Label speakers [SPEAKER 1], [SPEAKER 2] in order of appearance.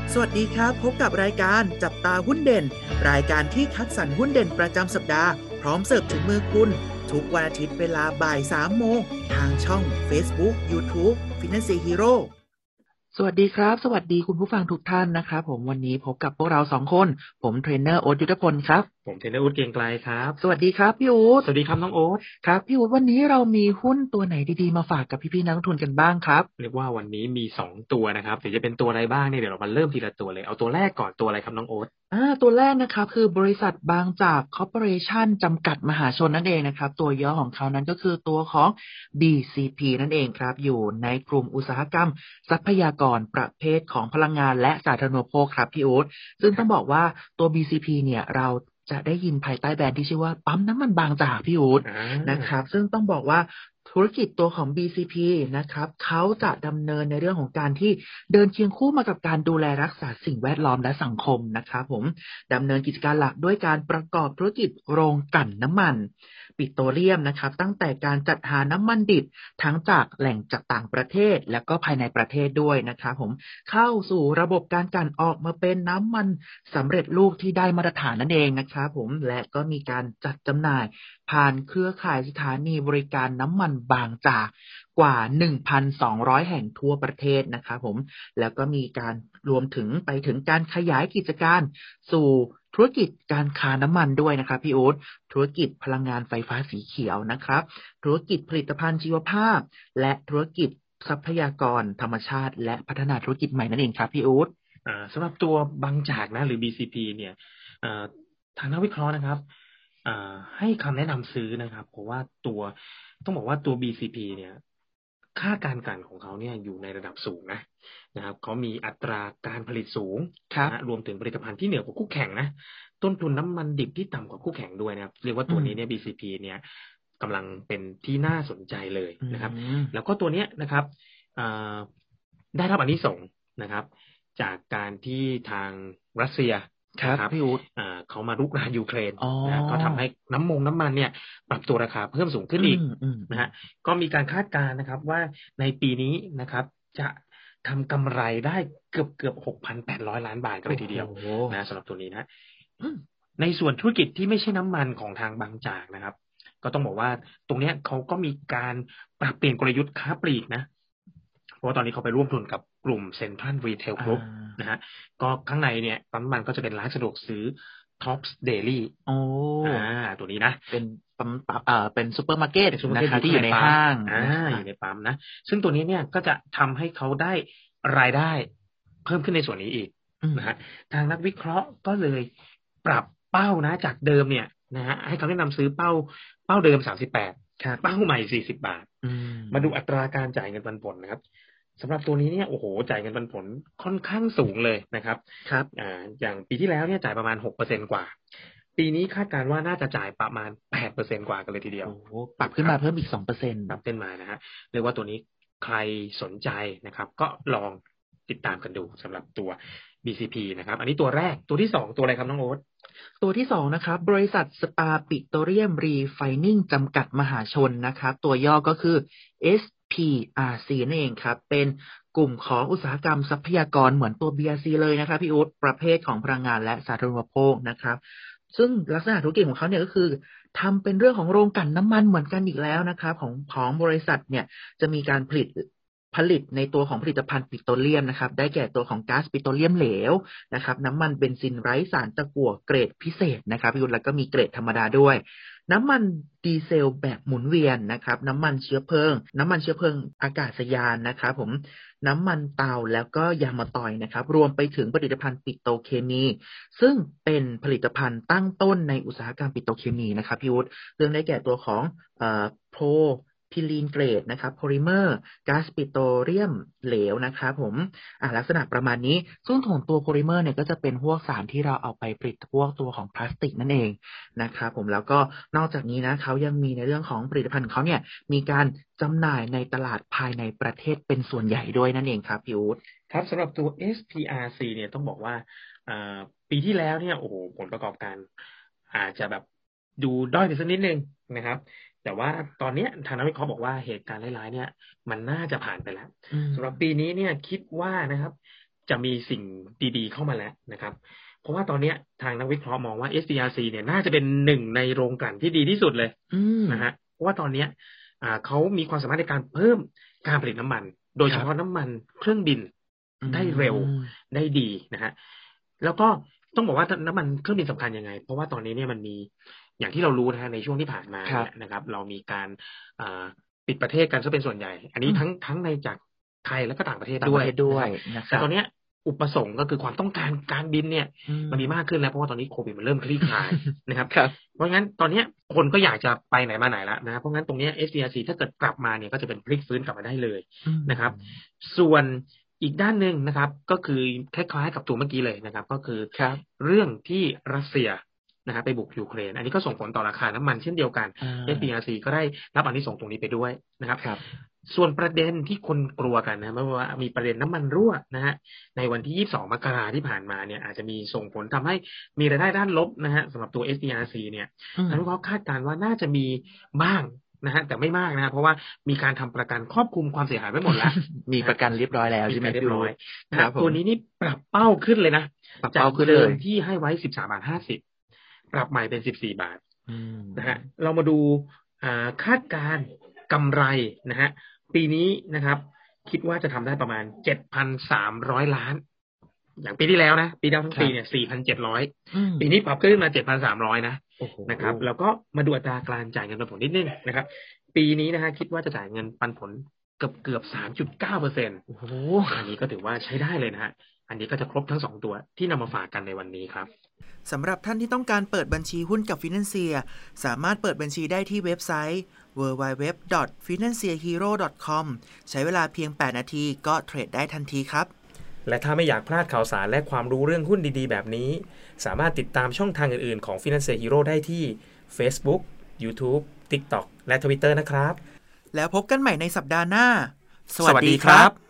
[SPEAKER 1] สวัสดีครับพบกับรายการจับตาหุ้นเด่นรายการที่คัดสรรหุ้นเด่นประจำสัปดาห์พร้อมเสิร์ฟถึงมือคุณทุกวันอาทิตย์เวลาบ่าย3โมงทางช่อง Facebook YouTube Finance Hero สวัสดีครับสวัสดีคุณผู้ฟังทุกท่านนะครับผมวันนี้พบกับพวกเรา2คนผมเทรนเนอร์โอ๊ตยุทธพลครับ
[SPEAKER 2] ผมเทรนเนอร์อู๊ดเกรียงไกรครับ
[SPEAKER 1] สวัสดีครับพี่อู๊ด
[SPEAKER 2] สวัสดีครับน้องโอ๊ต
[SPEAKER 1] ครับพี่อู๊ดวันนี้เรามีหุ้นตัวไหนดีๆมาฝากกับพี่ๆนักลงทุนกันบ้างครับ
[SPEAKER 2] เรียกว่าวันนี้มี2ตัวนะครับเดี๋ยวจะเป็นตัวอะไรบ้างเนี่ยเดี๋ยวเรามาเริ่มทีละตัวเลยเอาตัวแรกก่อนตัวอะไรครับน้องโอ๊ต
[SPEAKER 1] ตัวแรกนะครับคือบริษัทบางจากคอร์ปอเรชั่นจำกัดมหาชนนั่นเองนะครับตัวย่อของเขานั้นก็คือตัวของ BCP นั่นเองครับอยู่ในกลุ่มอุตสาหกรรมทรัพยากรประเภทของพลังงานและสาธารณูปโภคครับพี่อู๊ดซึ่งต้องบอกว่าตัว BCP เนี่ยเราจะได้ยินภายใต้แบรนด์ที่ชื่อว่าปั๊มน้ำมันบางจากพี่อู๊ดนะครับซึ่งต้องบอกว่าธุรกิจตัวของ BCP นะครับเขาจะดำเนินในเรื่องของการที่เดินเคียงคู่มากับการดูแลรักษาสิ่งแวดล้อมและสังคมนะครับผมดำเนินกิจการหลักด้วยการประกอบธุรกิจโรงกลั่นน้ำมันปิโตรเลียมนะครับตั้งแต่การจัดหาน้ำมันดิบทั้งจากแหล่งจากต่างประเทศและก็ภายในประเทศด้วยนะครับผมเข้าสู่ระบบการกลั่นออกมาเป็นน้ำมันสำเร็จรูปที่ได้มาตรฐานนั่นเองนะครับผมและก็มีการจัดจำหน่ายผ่านเครือข่ายสถานีบริการน้ำมันบางจากกว่า 1,200 แห่งทั่วประเทศนะครับผมแล้วก็มีการรวมถึงไปถึงการขยายกิจการสู่ธุรกิจการค้าน้ำมันด้วยนะครับพี่อู๊ดธุรกิจพลังงานไฟฟ้าสีเขียวนะครับธุรกิจผลิตภัณฑ์ชีวภาพและธุรกิจทรัพยากรธรรมชาติและพัฒนาธุรกิจใหม่นั่นเองครับพี่อู๊ด
[SPEAKER 2] สำหรับตัวบางจากนะหรือ BCP เนี่ยทางนักวิเคราะห์นะครับให้คำแนะนำซื้อนะครับเพราะว่าตัวต้องบอกว่าตัว BCP เนี่ยค่าการกลั่นของเขาเนี่ยอยู่ในระดับสูงนะครับเขามีอัตราการผลิตสูงนะรวมถึงผลิตภัณฑ์ที่เหนือกว่าคู่แข่งนะต้นทุนน้ำมันดิบที่ต่ำกว่าคู่แข่งด้วยนะครับเรียกว่าตัวนี้เนี่ย BCP เนี่ยกำลังเป็นที่น่าสนใจเลยนะครับแล้วก็ตัวเนี้ยนะครับได้รับอานิสงส์นะครับจากการที่ทางรัสเซีย
[SPEAKER 1] ครับพี่อู๊ด
[SPEAKER 2] เขามารุกรานยูเครนนะก็ทำให้น้ำมันเนี่ยปรับตัวราคาเพิ่มสูงขึ้นอีกนะฮะก็มีการคาดการณ์นะครับว่าในปีนี้นะครับจะทำกำไรได้เกือบ 6,800 ล้านบาทกันเลยทีเดียวนะสำหรับตัวนี้นะในส่วนธุรกิจที่ไม่ใช่น้ำมันของทางบางจากนะครับก็ต้องบอกว่าตรงเนี้ยเขาก็มีการปรับเปลี่ยนกลยุทธ์ค้าปลีกนะเพราะว่าตอนนี้เขาไปร่วมทุนกับกลุ่มเซ็นทรัลรีเทลกรุ๊ปนะฮะก็ข้างในเนี่ยปั๊มมันก็จะเป็นร้านสะดวกซื้อ Tops Daily ตัวนี้นะ
[SPEAKER 1] เป็นเป็นซูเปอร์มาร์เก็ตนะครับที่อยู่ในห้าง
[SPEAKER 2] อยู่ในปั๊มนะซึ่งตัวนี้เนี่ยก็จะทำให้เขาได้รายได้เพิ่มขึ้นในส่วนนี้อีกนะฮะทางนักวิเคราะห์ก็เลยปรับเป้านะจากเดิมเนี่ยนะฮะให้เขาแนะนำซื้อเป้าเดิม38เป้าใหม่40 บาทมาดูอัตราการจ่ายเงินปันผลนะครับสำหรับตัวนี้เนี่ยโอ้โหจ่ายเงินปันผลค่อนข้างสูงเลยนะครับอย่างปีที่แล้วเนี่ยจ่ายประมาณ 6% กว่าปีนี้คาดการณ์ว่าน่าจะจ่ายประมาณ 8% กว่ากันเลยทีเดียว
[SPEAKER 1] ปรับขึ้นมาเพิ่มอีก 2%
[SPEAKER 2] ปรับขึ้นมานะฮะเรียกว่าตัวนี้ใครสนใจนะครับก็ลองติดตามกันดูสำหรับตัว BCP นะครับอันนี้ตัวแรกตัวที่2ตัวอะไรครับน้องโอ๊ต
[SPEAKER 1] ตัวที่2นะครับบริษัทสตาร์ปิโตรเลียมรีไฟนิ่งจำกัดมหาชนนะครับตัวย่อก็คือ SPRC นั่นเองครับเป็นกลุ่มของอุตสาหกรรมทรัพยากรเหมือนตัว BRC เลยนะครับพี่อุ๊ดประเภทของพลังงานและสาธารณูปโภคนะครับซึ่งลักษณะธุรกิจของเขาเนี่ยก็คือทำเป็นเรื่องของโรงกลั่นน้ำมันเหมือนกันอีกแล้วนะครับของบริษัทเนี่ยจะมีการผลิตในตัวของผลิตภัณฑ์ปิโตรเลียมนะครับได้แก่ตัวของก๊าซปิโตรเลียมเหลวนะครับน้ำมันเบนซินไร้สารตะกั่วเกรดพิเศษนะครับพี่ยุทธแล้วก็มีเกรดธรรมดาด้วยน้ำมันดีเซลแบบหมุนเวียนนะครับน้ำมันเชื้อเพลิงอากาศยานนะครับผมน้ำมันเตาแล้วก็ยางมะตอยนะครับรวมไปถึงผลิตภัณฑ์ปิโตรเคมีซึ่งเป็นผลิตภัณฑ์ตั้งต้นในอุตสาหกรรมปิโตรเคมีนะครับพี่ยุทธเรื่องได้แก่ตัวของโพรพิลีนเกรดนะครับโพลิเมอร์ก๊าซปิโตรเลียมเหลวนะครับผมลักษณะประมาณนี้ซึ่งของตัวโพลิเมอร์เนี่ยก็จะเป็นพวกสารที่เราเอาไปผลิตพวกตัวของพลาสติกนั่นเองนะครับผมแล้วก็นอกจากนี้นะเขายังมีในเรื่องของผลิตภัณฑ์เขาเนี่ยมีการจำหน่ายในตลาดภายในประเทศเป็นส่วนใหญ่ด้วยนั่นเองครับพี่อู๊ด
[SPEAKER 2] ครับสำหรับตัว SPRC เนี่ยต้องบอกว่าปีที่แล้วเนี่ยโอ้โหผลประกอบการอาจจะแบบดูด้อยไปสักนิดนึงนะครับแต่ว่าตอนนี้ทางนักวิเคราะห์บอกว่าเหตุการณ์ร้ายๆเนี่ยมันน่าจะผ่านไปแล้วสำหรับปีนี้เนี่ยคิดว่านะครับจะมีสิ่งดีๆเข้ามาแล้วนะครับเพราะว่าตอนนี้ทางนักวิเคราะห์มองว่า SPRC เนี่ยน่าจะเป็นหนึ่งในโรงกลั่นที่ดีที่สุดเลยนะฮะเพราะว่าตอนนี้เขามีความสามารถในการเพิ่มการผลิตน้ำมันโดยเฉพาะน้ำมันเครื่องบินได้เร็วได้ดีนะฮะแล้วก็ต้องบอกว่าน้ำมันเครื่องบินสำคัญยังไงเพราะว่าตอนนี้เนี่ยมันมีอย่างที่เรารู้นะฮะในช่วงที่ผ่านมานะครับเรามีการปิดประเทศกันซะเป็นส่วนใหญ่อันนี้ทั้งในจากไทยและก็ต่างประเทศด้วยแต่ตอนนี้อุปสงค์ก็คือความต้องการการบินเนี่ยมันมีมากขึ้นแล้วเพราะว่าตอนนี้โควิดมันเริ่มคลี่คลายนะครับเพราะงั้นตอนนี้คนก็อยากจะไปไหนมาไหนแล้วนะเพราะงั้นตรงนี้ SPRC ถ้าเกิดกลับมาเนี่ยก็จะเป็นพลิกฟื้นกลับมาได้เลยนะครับส่วนอีกด้านหนึ่งนะครับก็คือคล้ายๆกับตัวเมื่อกี้เลยนะครับก็คือเรื่องที่รัสเซียนะครับไปบุกยูเครนอันนี้ก็ส่งผลต่อราคาน้ำมันเช่นเดียวกัน SPRC ก็ได้รับอานิสงส์ตรงนี้ไปด้วยนะครับส่วนประเด็นที่คนกลัวกันนะว่ามีประเด็นน้ำมันรั่วนะฮะในวันที่22 มกราคมที่ผ่านมาเนี่ยอาจจะมีส่งผลทำให้มีรายได้ด้านลบนะฮะสำหรับตัว SPRC เนี่ยนักวิเคราะห์คาดการณ์ว่าน่าจะมีบ้างนะฮะแต่ไม่มากนะเพราะว่ามีการทำประกันครอบคลุมความเสียหายไว้หมดแล้ว
[SPEAKER 1] มีประกันเรียบร้อยแล้วใช่ไหมเรียบร้อย
[SPEAKER 2] ครับตัวนี้นี่ปรับเป้าขึ้นเลยนะจากเดิมที่ให้ไว้13.50 ปรับใหม่เป็น14 บาทนะฮะเรามาดูคาดการณ์กำไรนะฮะปีนี้นะครับคิดว่าจะทำได้ประมาณ 7,300 ล้านอย่างปีที่แล้วนะปีทั้งปีเนี่ย 4,700 ปีนี้ปรับขึ้นมา 7,300 นะครับแล้วก็มาดูอัตราการจ่ายเงินปันผลนิดนึงนะครับปีนี้นะฮะคิดว่าจะจ่ายเงินปันผลเกือบ 3.9% โอ้โหอันนี้ก็ถือว่าใช้ได้เลยนะฮะอันนี้ก็จะครบทั้ง2ตัวที่นำมาฝากกันในวันนี้ครับ
[SPEAKER 1] สำหรับท่านที่ต้องการเปิดบัญชีหุ้นกับ Financier สามารถเปิดบัญชีได้ที่เว็บไซต์ www.financierhero.com ใช้เวลาเพียง8 นาทีก็เทรดได้ทันทีครับ
[SPEAKER 2] และถ้าไม่อยากพลาดข่าวสารและความรู้เรื่องหุ้นดีๆแบบนี้สามารถติดตามช่องทางอื่นๆของ Financier Hero ได้ที่ Facebook, YouTube, TikTok และ Twitter นะครับ
[SPEAKER 1] แล้วพบกันใหม่ในสัปดาห์หน้าสวัสดีครับ